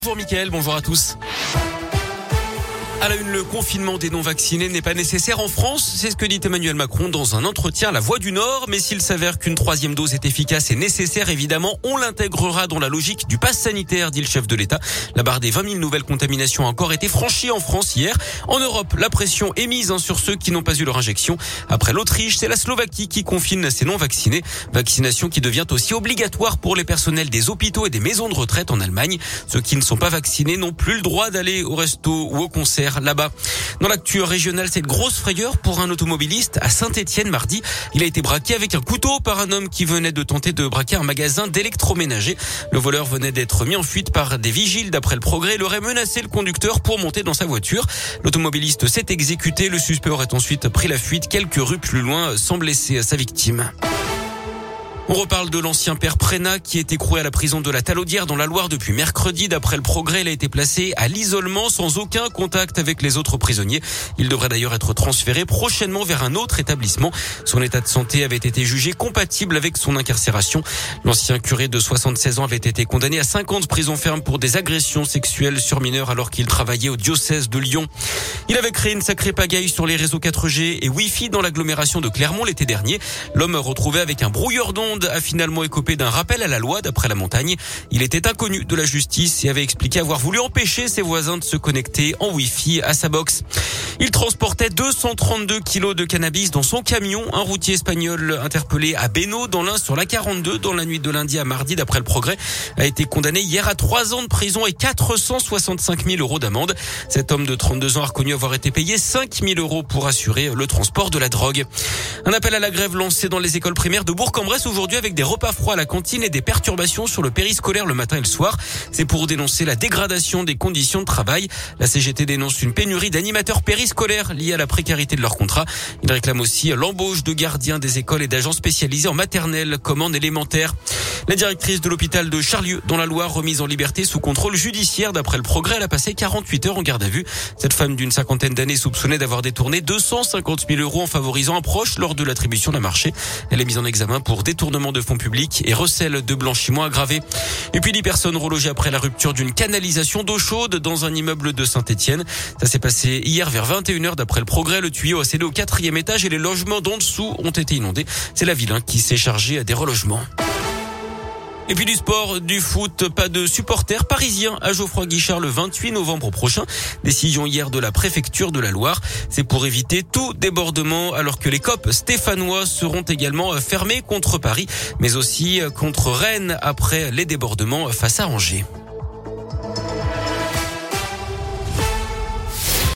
Bonjour Mickaël, bonjour à tous. À la une, le confinement des non-vaccinés n'est pas nécessaire en France. C'est ce que dit Emmanuel Macron dans un entretien à La Voix du Nord. Mais s'il s'avère qu'une troisième dose est efficace et nécessaire, évidemment, on l'intégrera dans la logique du pass sanitaire, dit le chef de l'État. La barre des 20 000 nouvelles contaminations a encore été franchie en France hier. En Europe, la pression est mise sur ceux qui n'ont pas eu leur injection. Après l'Autriche, c'est la Slovaquie qui confine ses non-vaccinés. Vaccination qui devient aussi obligatoire pour les personnels des hôpitaux et des maisons de retraite en Allemagne. Ceux qui ne sont pas vaccinés n'ont plus le droit d'aller au resto ou au concert là-bas. Dans l'actu régionale, c'est une grosse frayeur pour un automobiliste à Saint-Étienne mardi. Il a été braqué avec un couteau par un homme qui venait de tenter de braquer un magasin d'électroménager. Le voleur venait d'être mis en fuite par des vigiles d'après le Progrès. Il aurait menacé le conducteur pour monter dans sa voiture. L'automobiliste s'est exécuté. Le suspect aurait ensuite pris la fuite quelques rues plus loin sans blesser sa victime. On reparle de l'ancien père Prénat qui est écroué à la prison de la Talaudière dans la Loire depuis mercredi. D'après le Progrès, il a été placé à l'isolement sans aucun contact avec les autres prisonniers. Il devrait d'ailleurs être transféré prochainement vers un autre établissement. Son état de santé avait été jugé compatible avec son incarcération. L'ancien curé de 76 ans avait été condamné à 5 ans de prison ferme pour des agressions sexuelles sur mineurs alors qu'il travaillait au diocèse de Lyon. Il avait créé une sacrée pagaille sur les réseaux 4G et Wi-Fi dans l'agglomération de Clermont l'été dernier. L'homme retrouvé avec un brouilleur d'ondes a finalement écopé d'un rappel à la loi d'après la Montagne. Il était inconnu de la justice et avait expliqué avoir voulu empêcher ses voisins de se connecter en Wi-Fi à sa box. Il transportait 232 kilos de cannabis dans son camion. Un routier espagnol interpellé à Bénaud dans l'Ain sur la 42 dans la nuit de lundi à mardi d'après le Progrès a été condamné hier à 3 ans de prison et 465 000 euros d'amende. Cet homme de 32 ans a reconnu avoir été payé 5 000 euros pour assurer le transport de la drogue. Un appel à la grève lancé dans les écoles primaires de Bourg-en-Bresse aujourd'hui avec des repas froids à la cantine et des perturbations sur le périscolaire le matin et le soir. C'est pour dénoncer la dégradation des conditions de travail. La CGT dénonce une pénurie d'animateurs périscolaires liée à la précarité de leur contrat. Il réclame aussi l'embauche de gardiens des écoles et d'agents spécialisés en maternelle comme en élémentaire. La directrice de l'hôpital de Charlieu, dans la Loire, remise en liberté sous contrôle judiciaire. D'après le Progrès, elle a passé 48 heures en garde à vue. Cette femme d'une cinquantaine d'années soupçonnée d'avoir détourné 250 000 euros en favorisant un proche lors de l'attribution d'un marché. Elle est mise en examen pour détournement de fonds publics et recel de blanchiment aggravé. Et puis 10 personnes relogées après la rupture d'une canalisation d'eau chaude dans un immeuble de Saint-Étienne. Ça s'est passé hier vers 21h d'après le Progrès. Le tuyau a cédé au 4e étage et les logements d'en dessous ont été inondés. C'est la ville qui s'est chargée des relogements. Et puis du sport, du foot, pas de supporters parisiens à Geoffroy Guichard le 28 novembre prochain. Décision hier de la préfecture de la Loire. C'est pour éviter tout débordement alors que les COP stéphanois seront également fermés contre Paris, mais aussi contre Rennes après les débordements face à Angers.